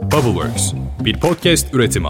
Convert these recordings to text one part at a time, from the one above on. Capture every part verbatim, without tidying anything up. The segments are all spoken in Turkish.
Bubbleworks, bir podcast üretimi.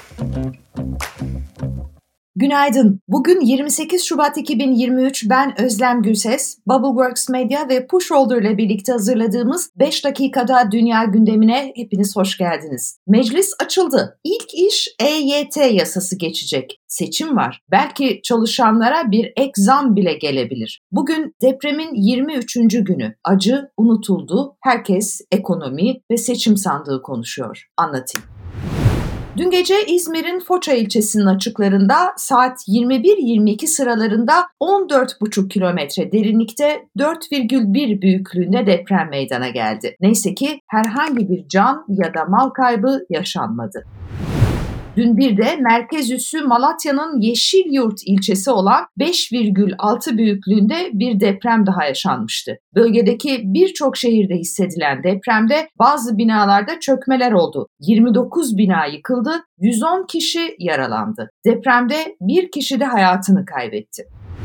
Günaydın. Bugün yirmi sekiz Şubat iki bin yirmi üç. Ben Özlem Gülses. Bubbleworks Medya ve Pushholder ile birlikte hazırladığımız beş dakikada dünya gündemine hepiniz hoş geldiniz. Meclis açıldı. İlk iş E Y T yasası geçecek. Seçim var. Belki çalışanlara bir ek zam bile gelebilir. Bugün depremin yirmi üçüncü günü. Acı unutuldu. Herkes ekonomi ve seçim sandığı konuşuyor. Anlatayım. Dün gece İzmir'in Foça ilçesinin açıklarında saat yirmi bir yirmi iki sıralarında on dört buçuk kilometre derinlikte dört virgül bir büyüklüğünde deprem meydana geldi. Neyse ki herhangi bir can ya da mal kaybı yaşanmadı. Dün bir de merkez üssü Malatya'nın Yeşilyurt ilçesi olan beş virgül altı büyüklüğünde bir deprem daha yaşanmıştı. Bölgedeki birçok şehirde hissedilen depremde bazı binalarda çökmeler oldu. yirmi dokuz bina yıkıldı, yüz on kişi yaralandı. Depremde bir kişi de hayatını kaybetti.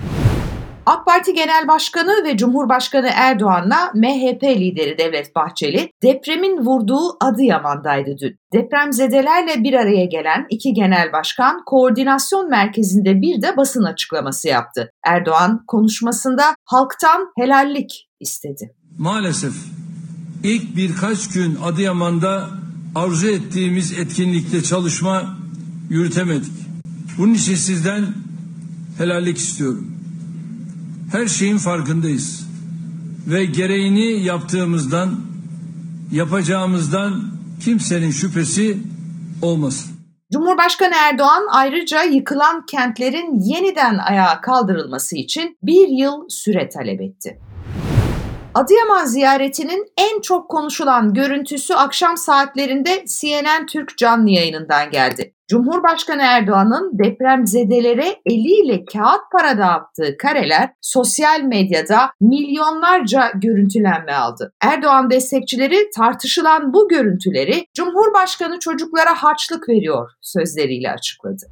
AK Parti Genel Başkanı ve Cumhurbaşkanı Erdoğan'la M H P lideri Devlet Bahçeli depremin vurduğu Adıyaman'daydı dün. Depremzedelerle bir araya gelen iki genel başkan koordinasyon merkezinde bir de basın açıklaması yaptı. Erdoğan konuşmasında halktan helallik istedi. Maalesef ilk birkaç gün Adıyaman'da arzu ettiğimiz etkinlikte çalışma yürütemedik. Bunun için sizden helallik istiyorum. Her şeyin farkındayız ve gereğini yaptığımızdan, yapacağımızdan kimsenin şüphesi olmasın. Cumhurbaşkanı Erdoğan ayrıca yıkılan kentlerin yeniden ayağa kaldırılması için bir yıl süre talep etti. Adıyaman ziyaretinin en çok konuşulan görüntüsü akşam saatlerinde C N N Türk canlı yayınından geldi. Cumhurbaşkanı Erdoğan'ın depremzedelere eliyle kağıt para dağıttığı kareler sosyal medyada milyonlarca görüntülenme aldı. Erdoğan destekçileri tartışılan bu görüntüleri Cumhurbaşkanı çocuklara harçlık veriyor sözleriyle açıkladı.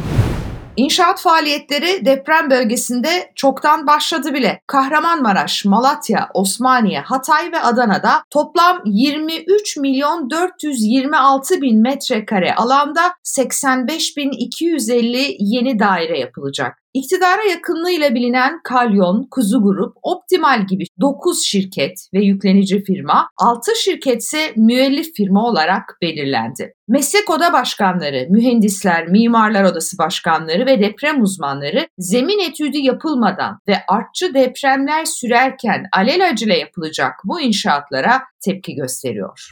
İnşaat faaliyetleri deprem bölgesinde çoktan başladı bile. Kahramanmaraş, Malatya, Osmaniye, Hatay ve Adana'da toplam yirmi üç milyon dört yüz yirmi altı bin metrekare alanda seksen beş bin iki yüz elli yeni daire yapılacak. İktidara yakınlığıyla bilinen Kalyon, Kuzu Grup, Optimal gibi dokuz şirket ve yüklenici firma, altı şirketse müellif firma olarak belirlendi. Meslek oda başkanları, mühendisler, mimarlar odası başkanları ve deprem uzmanları zemin etüdü yapılmadan ve artçı depremler sürerken alelacele yapılacak bu inşaatlara tepki gösteriyor.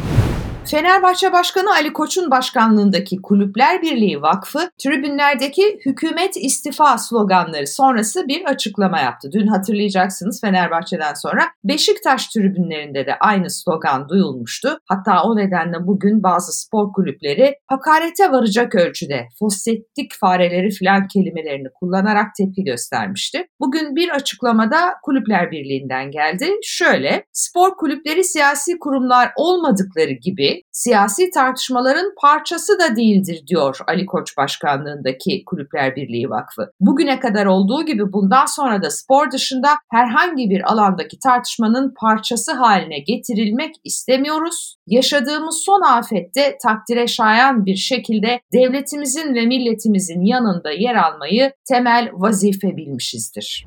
Fenerbahçe Başkanı Ali Koç'un başkanlığındaki Kulüpler Birliği Vakfı, tribünlerdeki hükümet istifa sloganları sonrası bir açıklama yaptı. Dün hatırlayacaksınız Fenerbahçe'den sonra Beşiktaş tribünlerinde de aynı slogan duyulmuştu. Hatta o nedenle bugün bazı spor kulüpleri hakarete varacak ölçüde fossettik fareleri filan kelimelerini kullanarak tepki göstermişti. Bugün bir açıklamada Kulüpler Birliği'nden geldi. Şöyle, spor kulüpleri siyasi kurumlar olmadıkları gibi siyasi tartışmaların parçası da değildir diyor Ali Koç başkanlığındaki Kulüpler Birliği Vakfı. Bugüne kadar olduğu gibi bundan sonra da spor dışında herhangi bir alandaki tartışmanın parçası haline getirilmek istemiyoruz. Yaşadığımız son afette takdire şayan bir şekilde devletimizin ve milletimizin yanında yer almayı temel vazife bilmişizdir.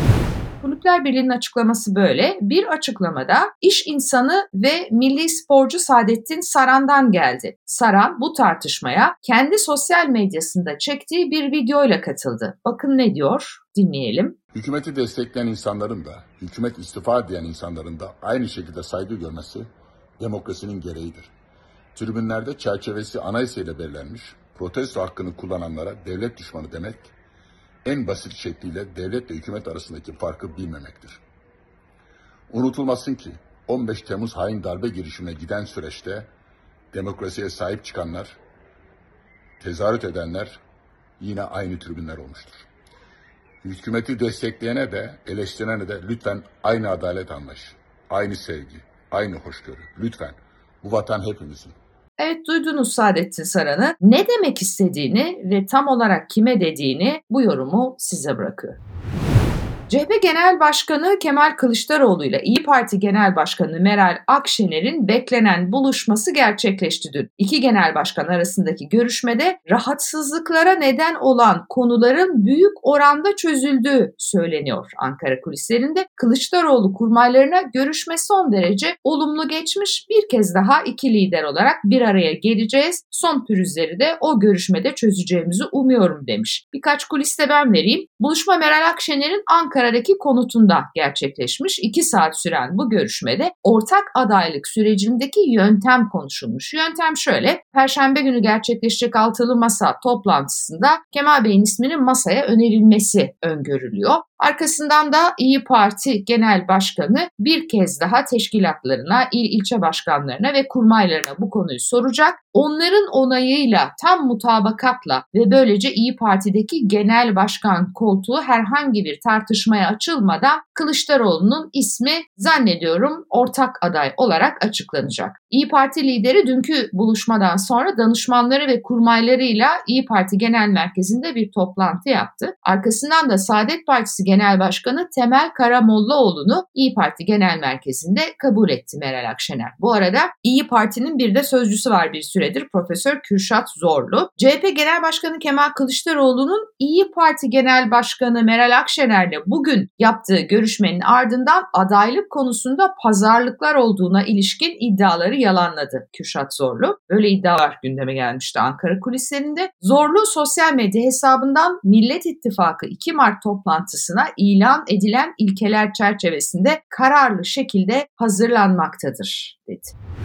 Kulüpler Birliği'nin açıklaması böyle. Bir açıklamada iş insanı ve milli sporcu Saadettin Saran'dan geldi. Saran bu tartışmaya kendi sosyal medyasında çektiği bir videoyla katıldı. Bakın ne diyor? Dinleyelim. Hükümeti destekleyen insanların da, hükümet istifa diyen insanların da aynı şekilde saygı görmesi demokrasinin gereğidir. Tribünlerde çerçevesi anayasayla belirlenmiş, protesto hakkını kullananlara devlet düşmanı demek, en basit şekliyle devletle hükümet arasındaki farkı bilmemektir. Unutulmasın ki on beş Temmuz hain darbe girişimine giden süreçte demokrasiye sahip çıkanlar, tezahürat edenler yine aynı tribünler olmuştur. Hükümeti destekleyene de eleştirene de lütfen aynı adalet anlayışı, aynı sevgi, aynı hoşgörü. Lütfen bu vatan hepimizin. Evet, duydunuz Saadettin Saran'ı. Ne demek istediğini ve tam olarak kime dediğini bu yorumu size bırakıyorum. C H P Genel Başkanı Kemal Kılıçdaroğlu ile İYİ Parti Genel Başkanı Meral Akşener'in beklenen buluşması gerçekleşti dün. İki genel başkan arasındaki görüşmede rahatsızlıklara neden olan konuların büyük oranda çözüldüğü söyleniyor. Ankara kulislerinde Kılıçdaroğlu kurmaylarına görüşme son derece olumlu geçmiş. Bir kez daha iki lider olarak bir araya geleceğiz. Son pürüzleri de o görüşmede çözeceğimizi umuyorum demiş. Birkaç kuliste ben vereyim. Buluşma Meral Akşener'in Ankara'daki konutunda gerçekleşmiş. İki saat süren bu görüşmede ortak adaylık sürecindeki yöntem konuşulmuş. Yöntem şöyle: Perşembe günü gerçekleşecek altılı masa toplantısında Kemal Bey'in isminin masaya önerilmesi öngörülüyor. Arkasından da İYİ Parti Genel Başkanı bir kez daha teşkilatlarına, il ilçe başkanlarına ve kurmaylarına bu konuyu soracak. Onların onayıyla, tam mutabakatla ve böylece İYİ Parti'deki genel başkan koltuğu herhangi bir tartışmaya açılmadan Kılıçdaroğlu'nun ismi zannediyorum ortak aday olarak açıklanacak. İYİ Parti lideri dünkü buluşmadan sonra danışmanları ve kurmaylarıyla İYİ Parti Genel Merkezi'nde bir toplantı yaptı. Arkasından da Saadet Partisi Genel Başkanı Temel Karamollaoğlu'nu İYİ Parti Genel Merkezi'nde kabul etti Meral Akşener. Bu arada İYİ Parti'nin bir de sözcüsü var bir süredir, Profesör Kürşat Zorlu. C H P Genel Başkanı Kemal Kılıçdaroğlu'nun İYİ Parti Genel Başkanı Meral Akşener'le bugün yaptığı görüşmenin ardından adaylık konusunda pazarlıklar olduğuna ilişkin iddiaları yalanladı Kürşat Zorlu. Böyle iddialar gündeme gelmişti Ankara kulislerinde. Zorlu sosyal medya hesabından Millet İttifakı iki Mart toplantısına ilan edilen ilkeler çerçevesinde kararlı şekilde hazırlanmaktadır dedi.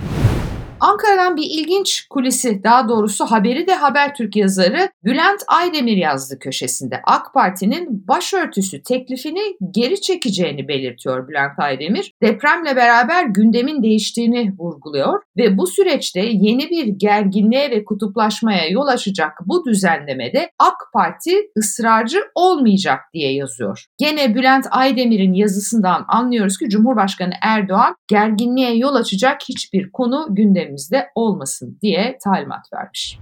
Ankara'dan bir ilginç kulisi, daha doğrusu haberi de Habertürk yazarı Bülent Aydemir yazdı köşesinde. AK Parti'nin başörtüsü teklifini geri çekeceğini belirtiyor Bülent Aydemir. Depremle beraber gündemin değiştiğini vurguluyor ve bu süreçte yeni bir gerginliğe ve kutuplaşmaya yol açacak bu düzenlemede AK Parti ısrarcı olmayacak diye yazıyor. Gene Bülent Aydemir'in yazısından anlıyoruz ki Cumhurbaşkanı Erdoğan gerginliğe yol açacak hiçbir konu gündemimizde olmasın diye talimat vermiş.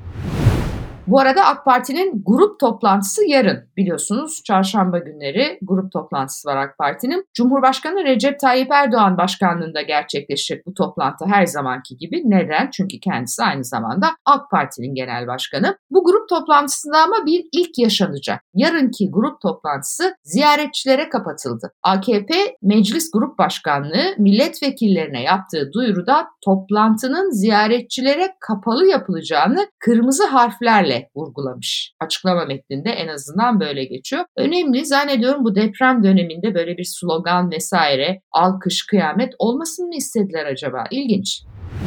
Bu arada AK Parti'nin grup toplantısı yarın. Biliyorsunuz çarşamba günleri grup toplantısı var AK Parti'nin. Cumhurbaşkanı Recep Tayyip Erdoğan başkanlığında gerçekleşecek bu toplantı her zamanki gibi. Neden? Çünkü kendisi aynı zamanda AK Parti'nin genel başkanı. Bu grup toplantısında ama bir ilk yaşanacak. Yarınki grup toplantısı ziyaretçilere kapatıldı. A K P Meclis Grup Başkanlığı milletvekillerine yaptığı duyuruda toplantının ziyaretçilere kapalı yapılacağını kırmızı harflerle vurgulamış. Açıklama metninde en azından böyle geçiyor. Önemli, zannediyorum bu deprem döneminde böyle bir slogan vesaire, alkış, kıyamet olmasın mı istediler acaba? İlginç.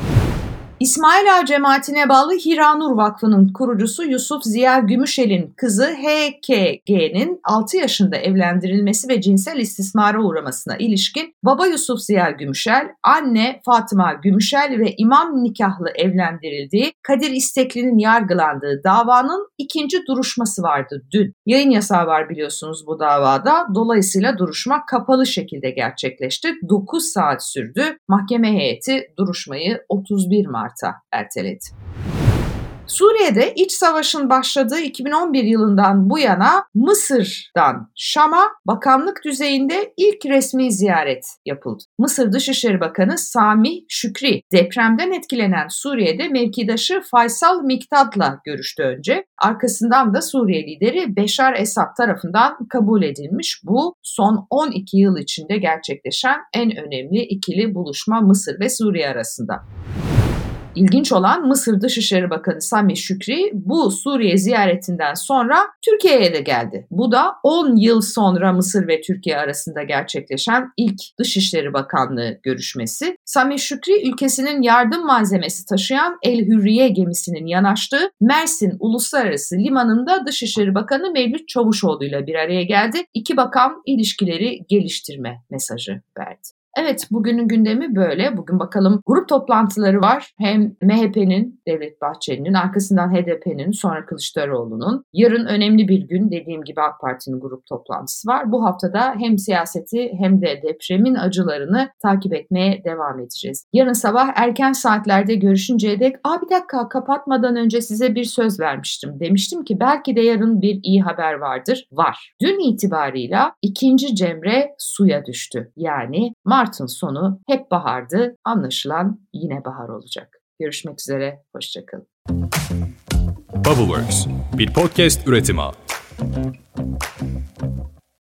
İsmail Ağa cemaatine bağlı Hiranur Vakfı'nın kurucusu Yusuf Ziya Gümüşel'in kızı H K G'nin altı yaşında evlendirilmesi ve cinsel istismara uğramasına ilişkin baba Yusuf Ziya Gümüşel, anne Fatıma Gümüşel ve imam nikahlı evlendirildiği Kadir İstekli'nin yargılandığı davanın ikinci duruşması vardı dün. Yayın yasağı var biliyorsunuz bu davada. Dolayısıyla duruşma kapalı şekilde gerçekleşti. dokuz saat sürdü. Mahkeme heyeti duruşmayı otuz bir Mart'a erteledi. Suriye'de iç savaşın başladığı iki bin on bir yılından bu yana Mısır'dan Şam'a bakanlık düzeyinde ilk resmi ziyaret yapıldı. Mısır Dışişleri Bakanı Sami Şükri depremden etkilenen Suriye'de mevkidaşı Faysal Miktad'la görüştü önce. Arkasından da Suriye lideri Beşar Esad tarafından kabul edilmiş. Bu son on iki yıl içinde gerçekleşen en önemli ikili buluşma Mısır ve Suriye arasında. İlginç olan Mısır Dışişleri Bakanı Sami Şükri bu Suriye ziyaretinden sonra Türkiye'ye de geldi. Bu da on yıl sonra Mısır ve Türkiye arasında gerçekleşen ilk Dışişleri Bakanlığı görüşmesi. Sami Şükri ülkesinin yardım malzemesi taşıyan El Hürriye gemisinin yanaştığı Mersin Uluslararası Limanı'nda Dışişleri Bakanı Mevlüt Çavuşoğlu ile bir araya geldi. İki bakan ilişkileri geliştirme mesajı verdi. Evet, bugünün gündemi böyle. Bugün bakalım grup toplantıları var. Hem M H P'nin, Devlet Bahçeli'nin, arkasından H D P'nin, sonra Kılıçdaroğlu'nun. Yarın önemli bir gün, dediğim gibi AK Parti'nin grup toplantısı var. Bu haftada hem siyaseti hem de depremin acılarını takip etmeye devam edeceğiz. Yarın sabah erken saatlerde görüşünceye dek, ''Aa bir dakika, kapatmadan önce size bir söz vermiştim. Demiştim ki belki de yarın bir iyi haber vardır.'' Var. Dün itibarıyla ikinci Cemre suya düştü. Yani Mart'ın sonu hep bahardı. Anlaşılan yine bahar olacak. Görüşmek üzere, hoşça kalın. Bubbleworks, bir podcast üretimi.